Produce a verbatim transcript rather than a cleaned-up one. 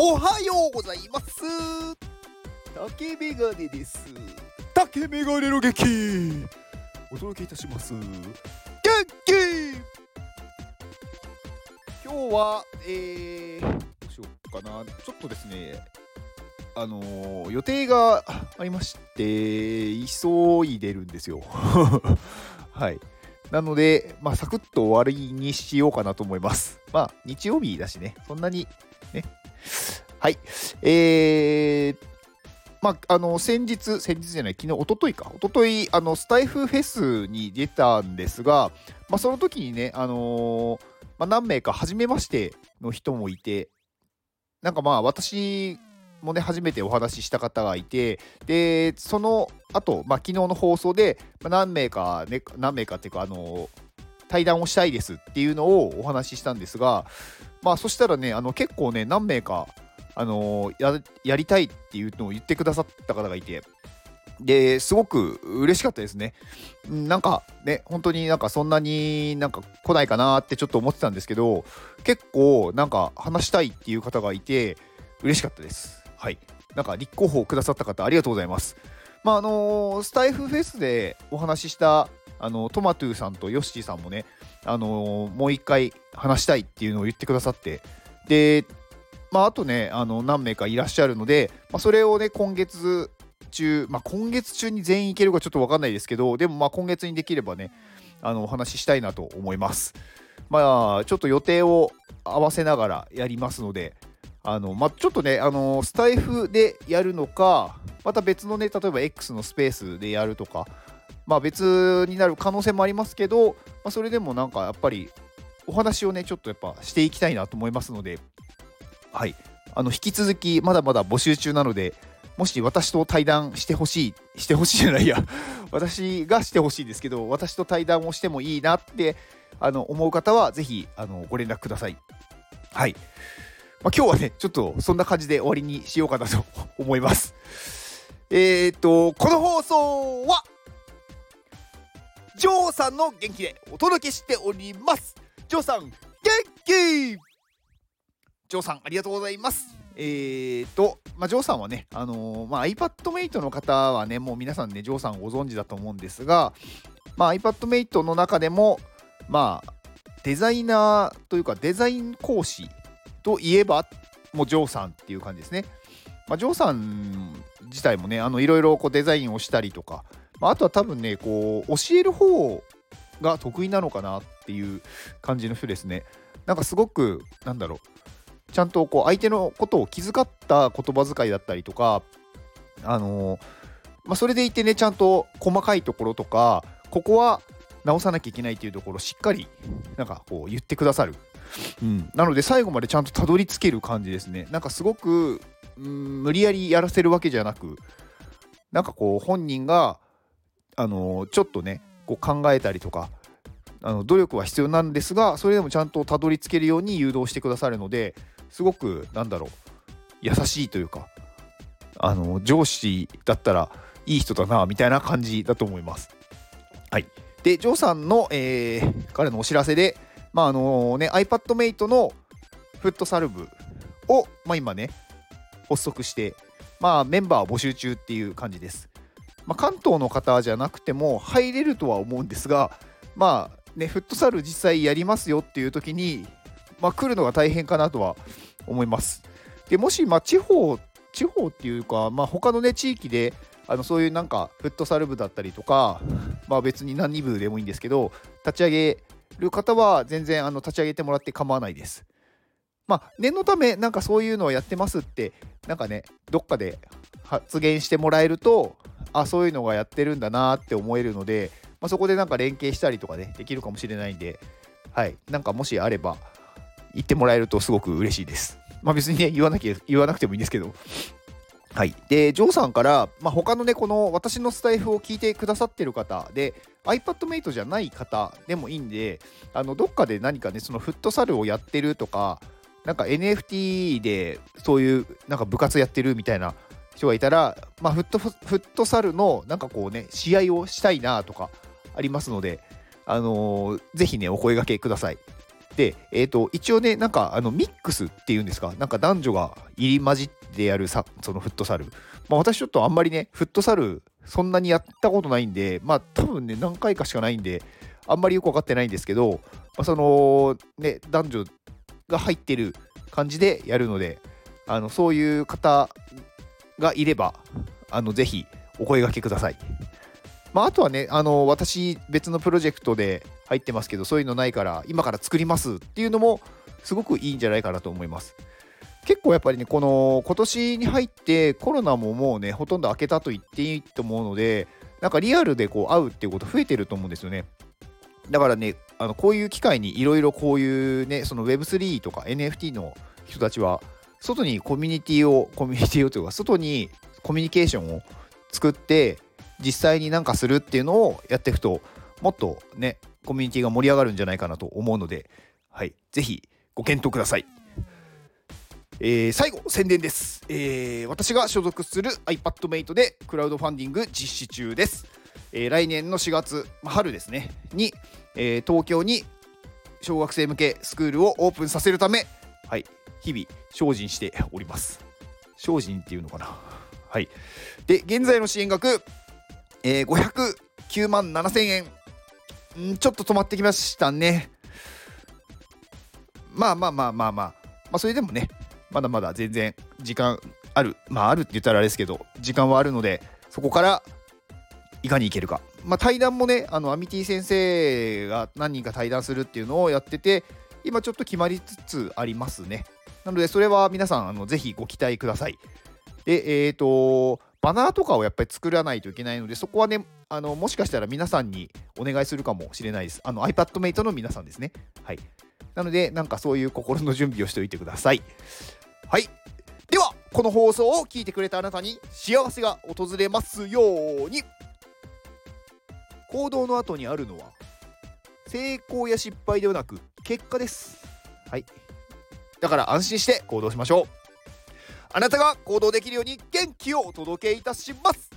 おはようございます。竹メガネです。竹メガネの元気お届けいたします。元気今日はえー、どうしようかな。ちょっとですねあのー、予定がありまして急いでるんですよはい。なので、まあ、サクッと終わりにしようかなと思います。まあ、日曜日だしね、そんなにね。はい。えー、まあ、あの、先日、先日じゃない、昨日、一昨日か。一昨日、あの、スタイフフェスに出たんですが、まあ、その時にね、あのーまあ、何名か初めましての人もいて、なんかまあ、私もね、初めてお話しした方がいて、で、その後、まあ、昨日の放送で、まあ、何名か、ね、何名かっていうか、あのー対談をしたいですっていうのをお話ししたんですが、まあそしたらね、あの結構ね、何名か、あのーや、やりたいっていうのを言ってくださった方がいて、ですごく嬉しかったですね。なんかね、本当になんかそんなになんか来ないかなってちょっと思ってたんですけど、結構なんか話したいっていう方がいて、嬉しかったです。はい。なんか立候補をくださった方、ありがとうございます。まああのースタイフフェスでお話ししたあのトマトゥーさんとヨッシーさんもね、あのーもう一回話したいっていうのを言ってくださって、で、まあ、あとね、あの何名かいらっしゃるので、まあ、それをね、今月中、まあ、今月中に全員いけるかちょっと分かんないですけど、でもまあ今月にできればね、あのお話ししたいなと思います。まあ、ちょっと予定を合わせながらやりますので、あのまあ、ちょっとね、あのスタイフでやるのか、また別のね、例えば X のスペースでやるとか、まあ別になる可能性もありますけど、まあ、それでもなんかやっぱりお話をね、ちょっとやっぱしていきたいなと思いますので、はい。あの引き続きまだまだ募集中なので、もし私と対談してほしい、してほしいじゃないや、私がしてほしいですけど、私と対談をしてもいいなってあの思う方は、ぜひあのご連絡ください。はい。まあ、今日はね、ちょっとそんな感じで終わりにしようかなと思います。えーっと、この放送は、ジョーさんの元気でお届けしております。ジョーさん、元気ジョーさん、ありがとうございます。えーと、まあ、ジョーさんはね、あのーまあ、iPadMate の方はね、もう皆さんね、ジョーさんご存知だと思うんですが、まあ、iPadMate の中でも、まあ、デザイナーというか、デザイン講師といえば、もうジョーさんっていう感じですね。まあ、ジョーさん自体もね、あのいろいろこうデザインをしたりとか、まあ、あとは多分ね、こう教える方が得意なのかなっていう感じの人ですね。なんかすごく、なんだろう、ちゃんとこう相手のことを気遣った言葉遣いだったりとか、あのーまあ、それでいてね、ちゃんと細かいところとか、ここは直さなきゃいけないっていうところをしっかりなんかこう言ってくださる。うん、なので最後までちゃんとたどり着ける感じですね。なんかすごく、うん、無理やりやらせるわけじゃなく、なんかこう本人が、あのーちょっとねこう考えたりとか、あの努力は必要なんですが、それでもちゃんとたどり着けるように誘導してくださるので、すごくなんだろう、優しいというか、あの上司だったらいい人だなみたいな感じだと思います。はい。で、ジョーさんの、えー彼のお知らせで、まああのね、iPadMate のフットサル部を、まあ、今ね発足して、まあ、メンバーを募集中っていう感じです。まあ、関東の方じゃなくても入れるとは思うんですが、まあね、フットサル実際やりますよっていう時に、まあ、来るのが大変かなとは思います。でもし、まあ、地方地方っていうか、まあ、他のね地域であのそういうなんかフットサル部だったりとか、まあ、別に何部でもいいんですけど、立ち上げる方は全然あの立ち上げてもらって構わないです。まあ、念のためなんかそういうのをやってますってなんかね、どっかで発言してもらえると、あ、そういうのがやってるんだなって思えるので、まあ、そこでなんか連携したりとかねできるかもしれないんで、はい、なんかもしあれば言ってもらえるとすごく嬉しいです。まあ別にね言わなきゃ言わなくてもいいんですけど、はい。で、ジョーさんから、まあ、他のね、この私のスタイフを聞いてくださってる方で、iPadMate じゃない方でもいいんで、あのどっかで何かね、そのフットサルをやってるとか、なんか エヌエフティー でそういうなんか部活やってるみたいな人がいたら、まあ、フット、フットサルのなんかこうね、試合をしたいなとかありますので、あのーぜひね、お声掛けください。 で、えー、と一応ね、なんかあのミックスっていうんですか、なんか男女が入り混じってやるさそのフットサル、まあ、私ちょっとあんまりね、フットサルそんなにやったことないんで、まあ多分ね、何回かしかないんで、あんまりよく分かってないんですけど、まあ、そのね、男女が入ってる感じでやるので、あのそういう方がいれば、あのぜひお声掛けください。まあ、あとはね、あの私別のプロジェクトで入ってますけど、そういうのないから今から作りますっていうのもすごくいいんじゃないかなと思います。結構やっぱりね、この今年に入ってコロナももうね、ほとんど明けたと言っていいと思うので、なんかリアルでこう会うっていうこと増えてると思うんですよね。だからね、あのこういう機会にいろいろこういうね、その ウェブスリー とか エヌエフティー の人たちは外にコミュニティをコミュニティをというか外にコミュニケーションを作って実際になんかするっていうのをやっていくと、もっとねコミュニティが盛り上がるんじゃないかなと思うので、はい、ぜひご検討ください。えー、最後宣伝です、えー、私が所属する iPadMate でクラウドファンディング実施中です。えー、来年のしがつ、春ですねに、えー、東京に小学生向けスクールをオープンさせるため、はい、日々精進しております。精進っていうのかな。はい。で、現在の支援額、えー、ごひゃくきゅうまんななせんえん、んちょっと止まってきましたね。まあまあまあまあまあ、まあ、それでもね、まだまだ全然時間ある、まああるって言ったらあれですけど、時間はあるので、そこからいかにいけるか。まあ、対談もね、あのアミティ先生が何人か対談するっていうのをやってて、今ちょっと決まりつつありますね。なのでそれは皆さんあのぜひご期待ください。で、えっとバナーとかをやっぱり作らないといけないので、そこはね、あのもしかしたら皆さんにお願いするかもしれないです。あの iPadMate の皆さんですね。はい。なのでなんかそういう心の準備をしておいてください。はい。ではこの放送を聞いてくれたあなたに幸せが訪れますように。行動の後にあるのは成功や失敗ではなく結果です。はい。だから安心して行動しましょう。あなたが行動できるように元気をお届けいたします。